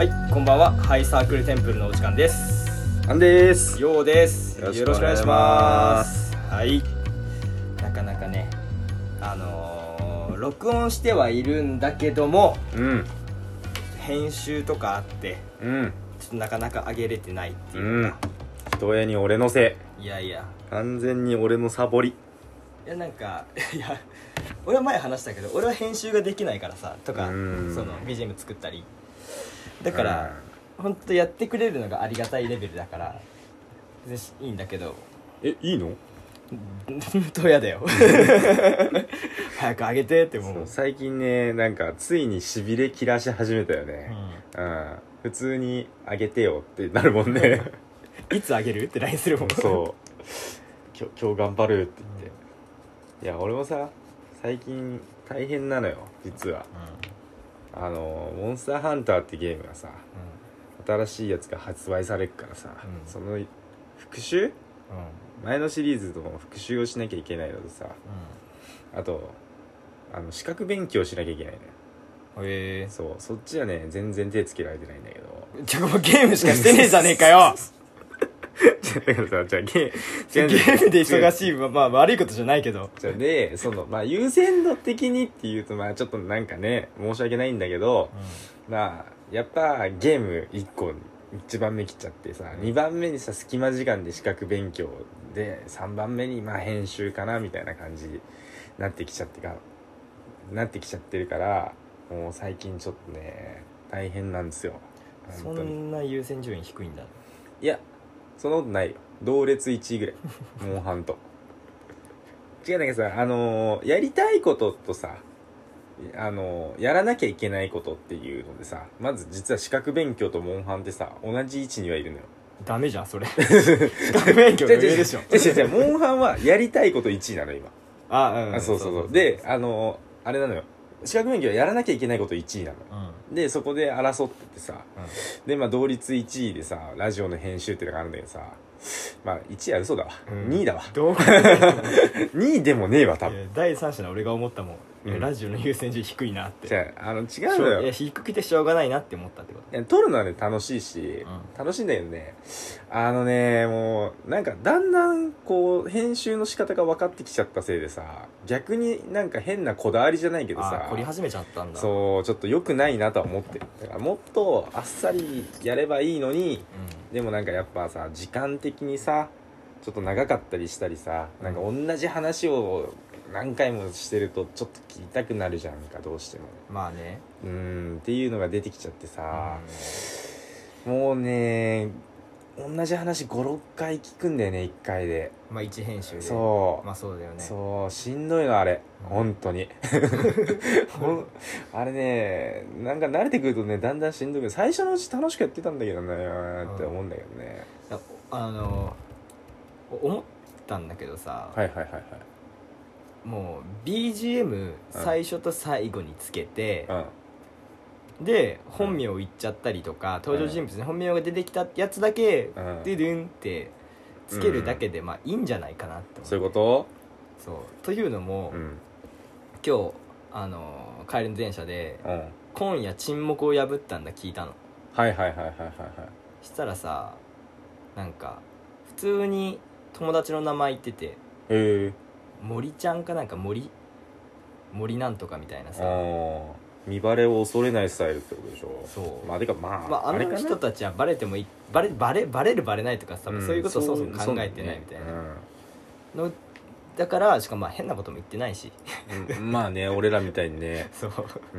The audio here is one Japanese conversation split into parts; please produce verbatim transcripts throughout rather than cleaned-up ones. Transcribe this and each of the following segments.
はい、こんばんは。ハイサークルテンプルのお時間です。 アンです。 ようです。 よよろしくお願いします。はい。なかなかね、あのー、録音してはいるんだけども、 うん。 編集とかあって、 うん。 ちょっとなかなか上げれてないっていうのが、 ひとえに俺のせいやいや、 い。完全に俺のサボり。 いやなんかいや、俺は前話したけど、俺は編集ができないからさ、とか、その ビージーエム 作ったり。だから、ほんとやってくれるのがありがたいレベルだから全然いいんだけど、 え、いいの？ ほんと嫌だよ早く上げてって思う。 そう最近ね、なんかついにしびれ切らし始めたよね。うん、うん、普通に上げてよってなるもんねいつ上げるって ライン するもんそう今日、今日頑張るって言って、うん、いや俺もさ最近大変なのよ実は、うん、あのモンスターハンターってゲームがさ、うん、新しいやつが発売されるからさ、うん、その復習、うん、前のシリーズとの復習をしなきゃいけないのとさ、うん、あとあの資格勉強しなきゃいけないのよ。へえ。そうそっちはね全然手つけられてないんだけど、 じゃあもうゲームしかしてねえじゃねえかよだからさ、じゃあゲーゲームで忙しいはまあ悪いことじゃないけど、 じゃあでそのまあ優先度的にっていうとまあちょっとなんかね申し訳ないんだけど、うん、まあやっぱゲームいっこいちばんめ切っちゃってさ、にばんめにさ隙間時間で資格勉強でさんばんめにまあ編集かなみたいな感じになってきちゃってかなってきちゃってるから、もう最近ちょっとね大変なんですよ。 そんな優先順位低いんだ。 いやそんなことないよ。同列いちいぐらいモンハンと違うんだけどさ、あのー、やりたいこととさ、あのー、やらなきゃいけないことっていうのでさ、まず実は資格勉強とモンハンってさ同じ位置にはいるのよ。 ダメじゃんそれ資格勉強の上でしょ違う違う違うモンハンはやりたいこといちいなの今。 あ、うん、 あそうそうそう。であのー、あれなのよ、資格勉強はやらなきゃいけないこといちいなの、うん、でそこで争っててさ、うん、でまあ同率いちいでさラジオの編集っていうのがあるんだけどさ、まあいちいあるそうだわ、うん、にいだわどうにいでもねえわ多分。 だいさん者の俺が思ったもん、うん、ラジオの優先順位低いなって。 じゃあ、あの違うのよ。 いや低くてしょうがないなって思ったってこと。 いや撮るのはね楽しいし、うん、楽しいんだけどね、あのねもうなんかだんだんこう編集の仕方が分かってきちゃったせいでさ、逆になんか変なこだわりじゃないけどさ凝り始めちゃったんだ。 そうちょっと良くないなとは思ってる。だからもっとあっさりやればいいのに、うん、でもなんかやっぱさ時間的にさちょっと長かったりしたりさ、なんか同じ話を何回もしてるとちょっと聞きたくなるじゃんかどうしても。 まあね、 うーんっていうのが出てきちゃってさ、もうね同じ話ごろっかい聞くんだよねいっかいで。 まあ一編集で。 そうまあそうだよね。 そうしんどいのあれ、うん、本当にほんあれねなんか慣れてくるとねだんだんしんどく、最初のうち楽しくやってたんだけどねって思うんだけどね、 うん、あの思ったんだけどさ、 はいはいはいはい、 もう ビージーエム 最初と最後につけて、うん、で本名言っちゃったりとか、うん、登場人物に本名が出てきたやつだけ、うん、ドゥドゥンってつけるだけで、うん、まあいいんじゃないかなって思って。 そういうこと？ そうというのも、うん、今日あの帰りの電車で、うん、今夜沈黙を破ったんだ聞いたの。 はいはいはいはいはいはい。 したらさなんか普通に友達の名前言ってて、へえ森ちゃんかなんか森森なんとかみたいなさ、 見バレを恐れないスタイルってことでしょ。 そうまあてかまあ、 まあ、あの人たちはバレてもいいバレバレバレるバレないとかさ、うん、そういうことをそもそも考えてないみたいな、ねうん、のだからしかもまあ変なことも言ってないし、 うん、まあね俺らみたいにねそう、 うん、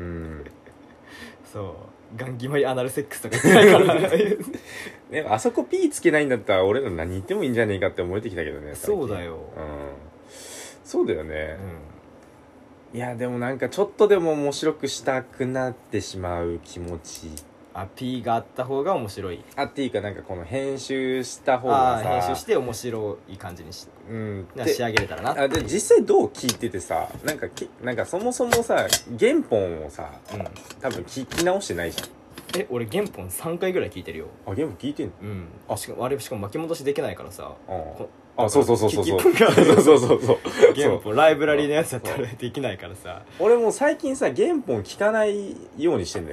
そうガン決まりアナルセックスとか言ってないからね、あそこ P つけないんだったら俺ら何言ってもいいんじゃねえかって思えてきたけどね。 そうだよ、 うん、そうだよね、うん、いやでもなんかちょっとでも面白くしたくなってしまう気持ち。 あ P があった方が面白い。 あっていうかなんかこの編集した方がさ編集して面白い感じにし、うん、仕上げれたらなって。 あで実際どう聞いててさなんかきなんかそもそもさ原本をさ、うん、多分聞き直してないじゃん。 え俺原本さんかいぐらい聞いてるよ。 あ原本聞いてんの？ うんあしかもあれしかも巻き戻しできないからさ。 ああそうそうそうそうそうそうそうそうそう原本ライブラリーのやつだったらできないからさ。 俺も最近さ原本聞かないようにしてんだよ。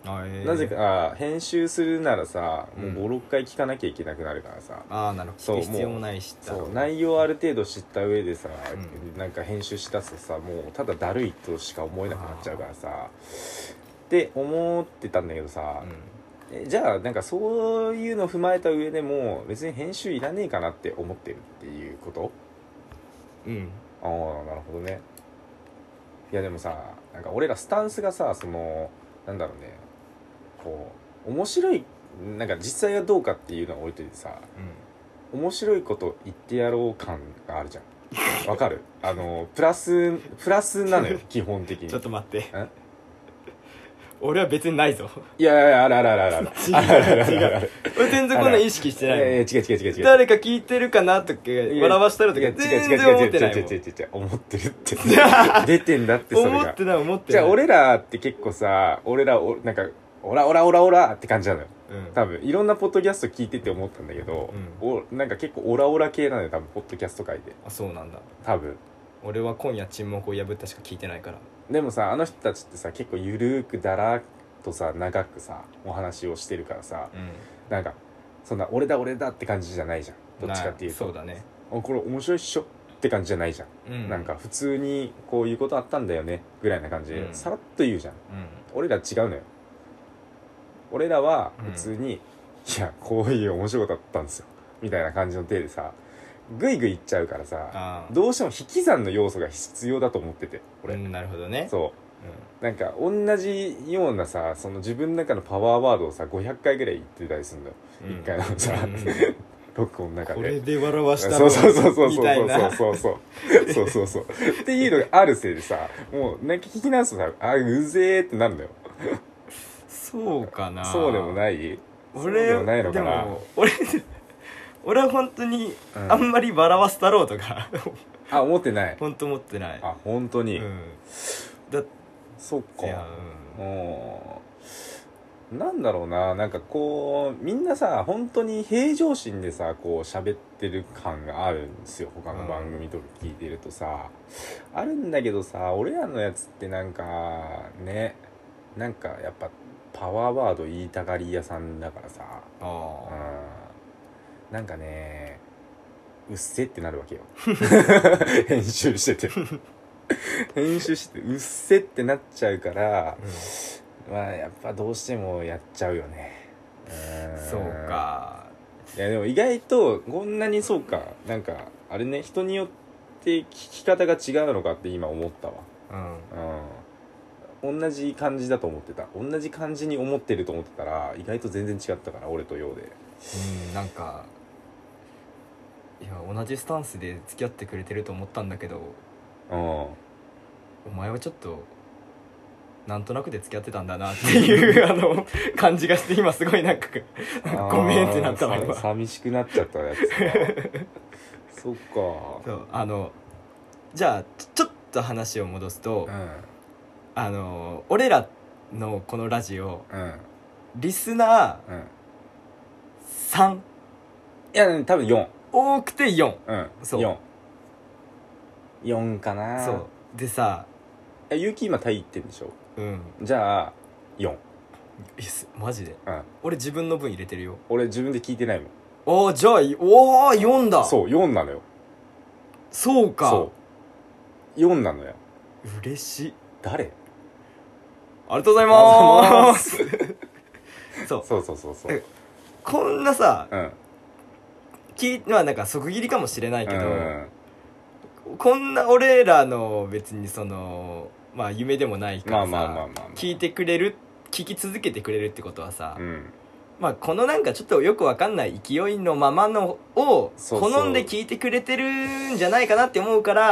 あ、えー、 なぜか編集するならさもうご、ろっかい聞かなきゃいけなくなるからさ、 ああなるほど、聞く必要もないし、 そう内容ある程度知った上でさ、 うん、 なんか編集しだすとさもうただだるいとしか思えなくなっちゃうからさって思ってたんだけどさ、うん、えじゃあなんかそういうの踏まえた上でも別に編集いらねえかなって思ってるっていうこと？ うん、 ああなるほどね。いやでもさなんか俺らスタンスがさそのなんだろうねこう面白いなんか実際はどうかっていうのは置いといてさ、うん、面白いこと言ってやろう感があるじゃん。わかる？あのプラスプラスなのよ基本的に。 ちょっと待って、俺は別にないぞ。 いやいやあるあるあるあるある違う違う俺全然こんな意識してないもん。 いやいや違う違う違う違う。 誰か聞いてるかなとか笑わしたらとか全然思ってないもん。 違う違う違う違う違う違う思ってるって出てんだってそれが。 思ってない思ってない。 じゃあ俺らって結構さ俺らおなんかオラオラオラオラって感じなのよ、うん、多分いろんなポッドキャスト聞いてて思ったんだけど、うん、おなんか結構オラオラ系なのよ多分ポッドキャスト界で。 あそうなんだ。 多分俺は今夜沈黙を破ったしか聞いてないから。 でもさあの人たちってさ結構ゆるーくだらっとさ長くさお話をしてるからさ、うん、なんかそんな俺だ俺だって感じじゃないじゃんどっちかっていうと。 そうだね。 あこれ面白いっしょって感じじゃないじゃん、うん、なんか普通にこういうことあったんだよねぐらいな感じで、うん、さらっと言うじゃん、うん、俺ら違うのよ。俺らは普通に、うん、いやこういう面白いことあったんですよみたいな感じの手でさグイグイいっちゃうからさどうしても引き算の要素が必要だと思ってて俺、うん、 なるほどね。 そう、うん、なんか同じようなさその自分の中のパワーワードをさごひゃっかいぐらい言ってたりするんだよ、うん、いっかいのさ、うん、録音の中でこれで笑わしたろそうそうそうそうみたいなそうそうそうそうそうそうっていうのがあるせいでさもうなんか聞き直すとさあうぜーってなるんだよ。 そうかな。 そうでもない？ 俺でもないのかな。 でも俺俺は本当にあんまり笑わせたろうとか、 うん、あ思ってない。 本当思ってない。 あ本当に、うん、 だそっか。うん、なんだろうななんかこうみんなさ本当に平常心でさこう喋ってる感があるんですよ他の番組とか聞いてるとさ、うん、あるんだけどさ俺らのやつってなんかねなんかやっぱパワーワード言いたがり屋さんだからさあ、うん、なんかねうっせってなるわけよ編集してて編集しててうっせってなっちゃうから、うん、まあやっぱどうしてもやっちゃうよね。 うんそうか。 いやでも意外とこんなにそうかなんかあれね人によって聞き方が違うのかって今思ったわ。うん、うん同じ感じだと思ってた同じ感じに思ってると思ってたら意外と全然違ったから俺とようでうんなんかいや同じスタンスで付き合ってくれてると思ったんだけど、うん、お前はちょっとなんとなくで付き合ってたんだなっていうあの感じがして今すごいなんかごめんってなったわ今寂しくなっちゃったやつそっかそうあのじゃあちょっと話を戻すと、うんあの俺らのこのラジオ、うん、リスナー、うん、さんいや多分よん多くてよん、 うん、そうよんよんかな。 そうでさゆうき今タイ行ってんでしょ。 うんじゃあよんマジで、 うん、 俺自分の分入れてるよ。 俺自分で聞いてないもん。 おーじゃあおーよんだ。 そうよんなのよ。 そうかそうよんなのよ。 嬉しい。 誰ありがとうございますそうそうそうそうそうこんなさ、うん、きまあなんか即切りかもしれないけど、うん、こんな俺らの別にそのまあ夢でもないからさ聞いてくれる聞き続けてくれるってことはさ、うん、まあこのなんかちょっとよくわかんない勢いのままのを好んで聞いてくれてるんじゃないかなって思うから。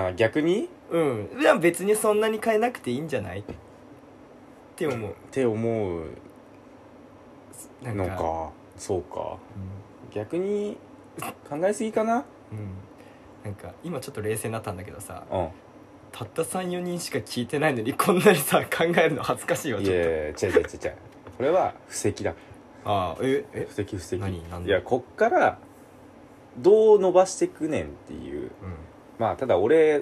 あ逆にうん別にそんなに変えなくていいんじゃないって思うって思うのか。そうか、うん、逆に考えすぎかな、うん、 なんか今ちょっと冷静になったんだけどさ、うん、たった さん,よ 人しか聞いてないのにこんなにさ考えるの恥ずかしいよ。ちょっといやいや違う違う違う違うこれは布石だ。 ああええ布石布石何何いやこっからどう伸ばしてくねんっていう、うん、まあただ俺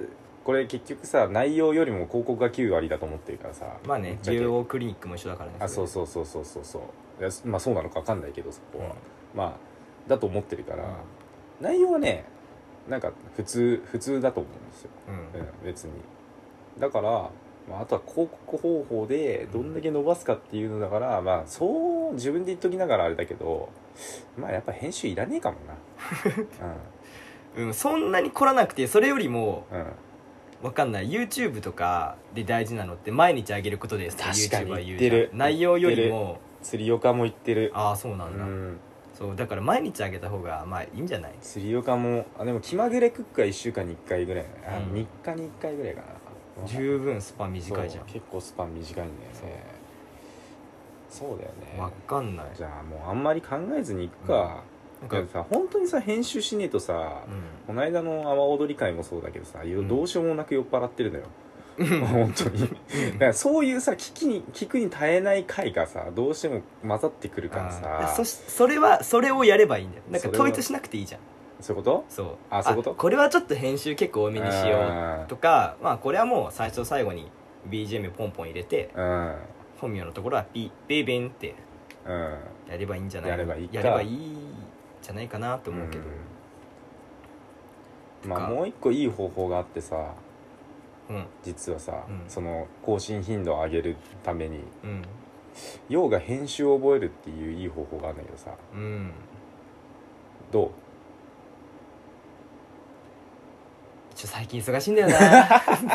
これ結局さ内容よりも広告がきゅう割だと思ってるからさ。 まあね、美容クリニックも一緒だからね。 あ、そうそうそうそうそうそう。いやまあそうなのか分かんないけどそこは、うん、まあだと思ってるから、うん、内容はねなんか普通普通だと思うんですよ、うんうん、別に。だから、まあ、あとは広告方法でどんだけ伸ばすかっていうのだから、うん、まあそう自分で言っときながらあれだけど、まあやっぱ編集いらねえかもな、 うんうん、そんなに凝らなくて、それよりも、 うん、 わかんない YouTube とかで大事なのって毎日上げることですって YouTuber は言うじゃん。内容よりも釣り岡も言ってる。 ああそうなんだ、うん、そうだから毎日上げた方がまあいいんじゃない。 釣り岡もあでも気まぐれクックはいっしゅうかんにいっかいぐらい、あ、うん、みっかにいっかいぐらいかな。 十分スパン短いじゃん。 結構スパン短いんだよね。そうだよね。 わかんない。 じゃあもうあんまり考えずにいくか、うん、なんかさ本当にさ編集しねえとさ、うん、この間の阿波踊り会もそうだけどさ、うん、どうしようもなく酔っ払ってるのよ本当にだからそういうさ聞きに聞くに耐えない回がさどうしても混ざってくるからさ、 そそれはそれをやればいいんだよ。なんか統一しなくていいじゃん。 そういうこと？ そう。 あ、そういうこと？ これはちょっと編集結構多めにしようとか、まあこれはもう最初最後に ビージーエム ポンポン入れて、うん、本名のところはピッベーベンってやればいいんじゃない？ やればいいか。 やればいいんじゃないかなと思うけど、 うん、まあもう一個いい方法があってさ、 うん、 実はさ、 うん、 その更新頻度を上げるために、 うん、 ヨウが編集を覚えるっていういい方法があるんだけどさ、 うん、 どう？ ちょ最近忙しいんだよない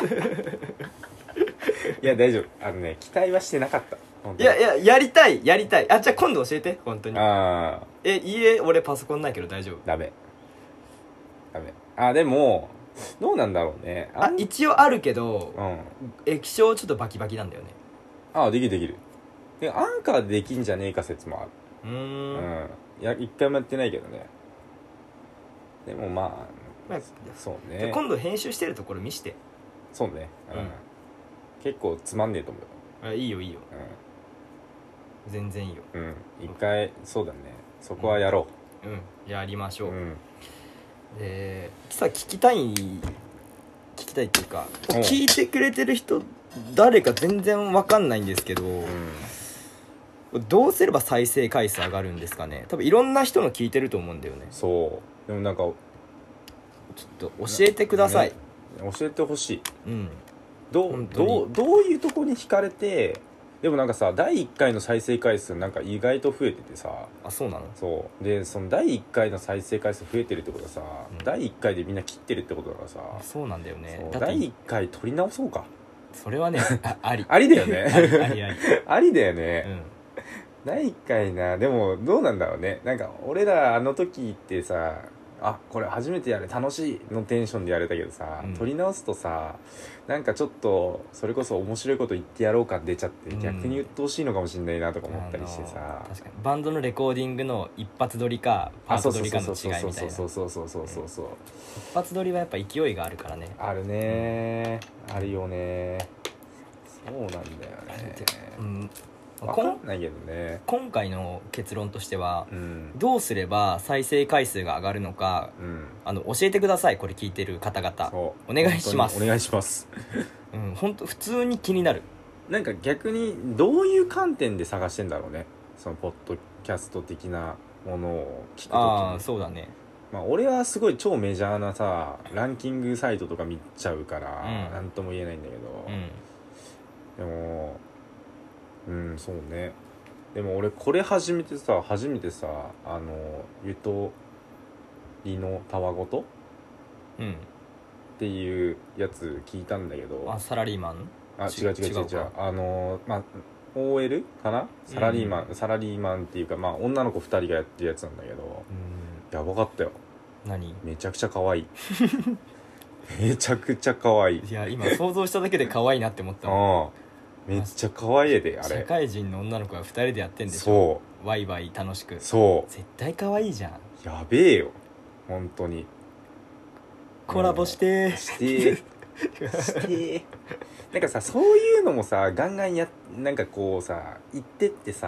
や大丈夫、あのね期待はしてなかった。 いやいややりたいやりたい。あ、じゃあ今度教えて本当に。 ああえ家俺パソコンないけど大丈夫？ ダメダメ。あでもどうなんだろうね。 あ一応あるけど、 うん、 液晶ちょっとバキバキなんだよね。 ああできるできる。でアンカーでできんじゃねえか説もある。 うーん、 うん、いや一回もやってないけどね。でもまあ、まあ、そうね。 今度編集してるところ見して。 そうね、うん、結構つまんねえと思うよ。 あいいよいいよ、うん、全然いいよ。 うん一回そうだねそこはやろう。うん、うん、やりましょう。うん、 でさ聞きたい聞きたいっていうか、聞いてくれてる人誰か全然わかんないんですけど、うん、どうすれば再生回数上がるんですかね。多分いろんな人の聞いてると思うんだよね。 そうでもなんかちょっと教えてください、ね、 教えてほしい。 うんどうどうどういうとこに惹かれて。でもなんかさだいいっかいの再生回数なんか意外と増えててさ。 あそうなの。 そうでそのだいいっかいの再生回数増えてるってことはさ、うん、だいいっかいでみんな切ってるってことだからさ。 そうなんだよね。 だいいっかい取り直そうか。 それはねあ, ありありだよねありありありありだよね、うん、だいいっかいな。でもどうなんだろうね。なんか俺らあの時ってさあこれ初めてやれ楽しいのテンションでやれたけどさ、うん、撮り直すとさなんかちょっとそれこそ面白いこと言ってやろうか出ちゃって、うん、逆に言ってほしいのかもしれないなとか思ったりしてさ。 確かにバンドのレコーディングの一発撮りかパート撮りかの違いみたいな。 そうそうそうそうそうそうそう、 一発撮りはやっぱ勢いがあるからね。 あるね、うん、あるよね。そうなんだよね。うん分かんないけどね。 今回の結論としては、 うん、 どうすれば再生回数が上がるのか、 うん、 あの教えてください。これ聞いてる方々お願いします。 お願いしますうん、本当普通に気になる。 なんか逆にどういう観点で探してんだろうね。そのポッドキャスト的なものを聞くときに。 ああそうだね。 まあ俺はすごい超メジャーなさランキングサイトとか見ちゃうから、うん、なんとも言えないんだけど、うん、でもうんそうね。でも俺これ始めてさ初めてさあのゆとりのたわごと、 うん、 っていうやつ聞いたんだけど。 あサラリーマン。 あ違う違う違う違うあのまあ オーエル かなサラリーマン、うん、サラリーマンっていうかまあ女の子ふたりがやってるやつなんだけど、うん、やばかったよ。 何めちゃくちゃ可愛いめちゃくちゃ可愛い。 いや今想像しただけで可愛いなって思ったの。ああめっちゃ可愛いであれ。 社会人の女の子がふたりでやってんでしょ。そうワイワイ楽しく。 そう絶対可愛いじゃん。 やべえよ本当に。 コラボしてしてしてなんかさそういうのもさガンガンやなんかこうさ言ってってさ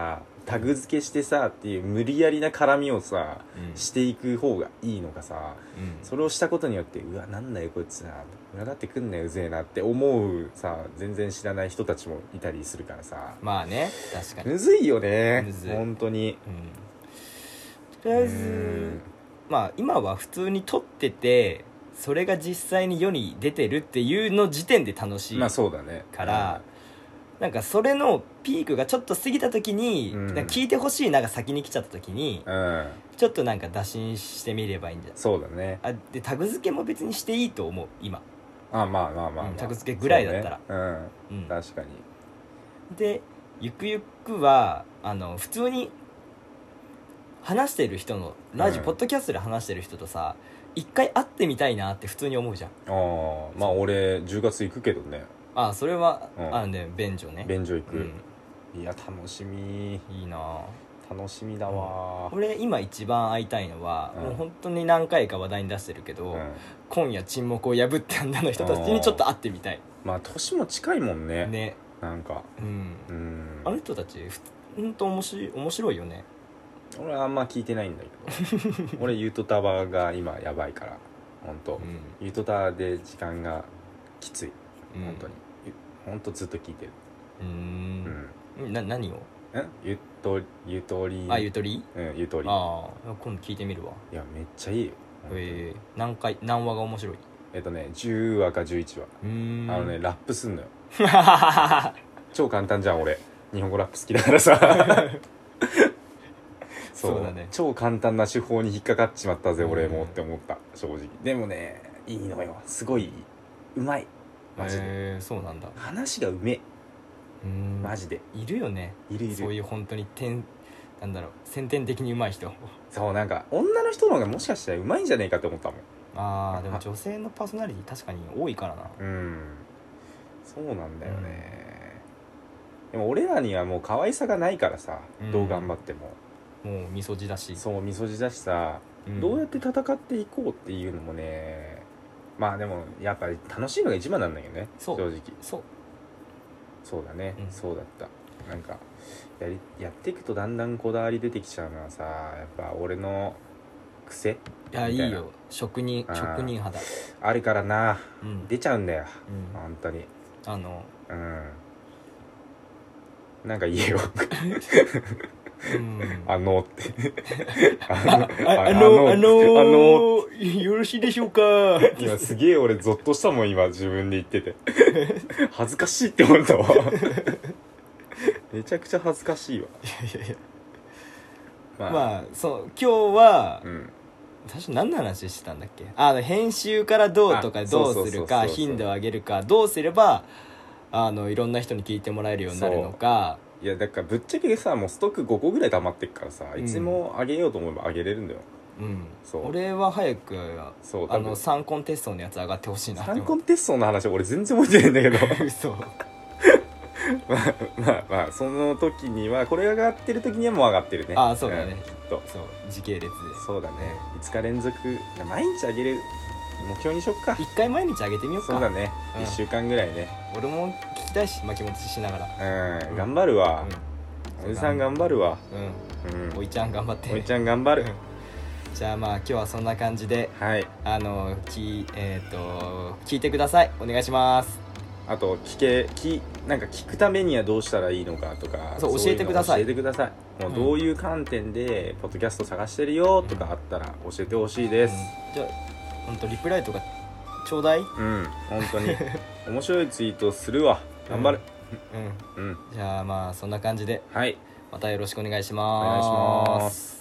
タグ付けしてさっていう無理やりな絡みをさ、 うん、 していく方がいいのかさ、 うん、 それをしたことによってうわなんだよこいつな裏立ってくんなようぜえなって思うさ全然知らない人たちもいたりするからさ、 まあね確かにむずいよねむずい本当に、 うん、とりあえずまあ今は普通に撮っててそれが実際に世に出てるっていうの時点で楽しいまあそうだねから、なんかそれのピークがちょっと過ぎた時に、うん、なんか聞いてほしいなが先に来ちゃった時に、うん、ちょっとなんか打診してみればいいんじゃない。 そうだね。 あでタグ付けも別にしていいと思う今。 あまあまあまあ、まあうん、タグ付けぐらいだったら、 う、ねうんうん、確かに。 でゆくゆくはあの普通に話してる人のラジオ、うん、ポッドキャストで話してる人とさ一回会ってみたいなって普通に思うじゃん。 ああまあ俺じゅうがつ行くけどね。 ああそれは、うん、あのね便所ね便所行く、うん、いや楽しみいいな楽しみだわ、 うん、俺今一番会いたいのは、うん、もう本当に何回か話題に出してるけど、うん、今夜沈黙を破ってあんだの人たちにちょっと会ってみたい。 まあ年も近いもんねねなんかうん、 うん、あの人たち本当面白い面白いよね。 俺はあんま聞いてないんだけど俺ゆうとたわが今やばいから本当、うん、ゆうとたわで時間がきつい本当に、うん、本当ずっと聞いてる。 うーん、うん、な何を？ えゆとゆとりあゆとり？ うんゆとり。 ああ今度聞いてみるわ。 いやめっちゃいいよ。 えー、何回何話が面白い？ えっとねじゅうわかじゅういちわ。うーんあのねラップすんのよ超簡単じゃん俺日本語ラップ好きだからさそう、そうだね超簡単な手法に引っかかっちまったぜ俺もって思った正直。でもねいいのよすごいうまいマジで。 へーそうなんだ。 話がうめえうんマジでいるよね。 いるいるそういう本当に点なんだろう先天的にうまい人。 そうなんか女の人の方がもしかしたらうまいんじゃねえかって思ったもん。 あーでも女性のパーソナリティ確かに多いからな。 うんそうなんだよね、うん、でも俺らにはもう可愛さがないからさ、うん、どう頑張ってももうみそじだし。 そうみそじだしさ、うん、どうやって戦っていこうっていうのもねまあでもやっぱり楽しいのが一番なんだよね正直。 そうそうだね、 うん、 そうだった。なんかやりやっていくとだんだんこだわり出てきちゃうのはさやっぱ俺の癖いやいいよ職人職人肌あるからな、 うん、 出ちゃうんだよ、 うん、 本当にあのうんなんか言えようん、 あのってあのあのあのあのよろしいでしょうか今すげえ俺ゾッとしたもん今自分で言ってて恥ずかしいって思ったわめちゃくちゃ恥ずかしいわ。 いやいやいやまあ、まあ、そう今日は、うん、私何の話してたんだっけ。あ編集からどうとかどうするか頻度を上げるかどうすればあのいろんな人に聞いてもらえるようになるのか。 いやだからぶっちゃけさもうストックごこぐらい溜まってっからさ、うん、いつも上げようと思えば上げれるんだよ。 うんそう俺は早くそうあのサンコンテストのやつ上がってほしいな。 サンコンテストの話俺全然覚えてないんだけど嘘まあまあまあその時にはこれが上がってる時にはもう上がってるね。 ああそうだね、 うん、きっとそう時系列でそうだねいつか連続毎日上げる目標にしよっか。 一回毎日上げてみようか。 そうだね、うん、いっしゅうかんぐらいね。 俺も聞きたいし巻き戻ししながらうん、うん、頑張るわ、うん、おじさん頑張るわうん、うん、おいちゃん頑張っておいちゃん頑張る、うん、 じゃあまあ今日はそんな感じではいあのきえっ、ー、と聞いてくださいお願いします。 あと聞けきなんか聞くためにはどうしたらいいのかとかそう教えてください。 教えてください。もうどういう観点でポッドキャスト探してるよとかあったら教えてほしいです、 うん、じゃあ本当リプライとかちょうだい。 うん本当に面白いツイートするわ頑張るうん、うんうん、じゃあまあそんな感じではいまたよろしくお願いします。 お願いします。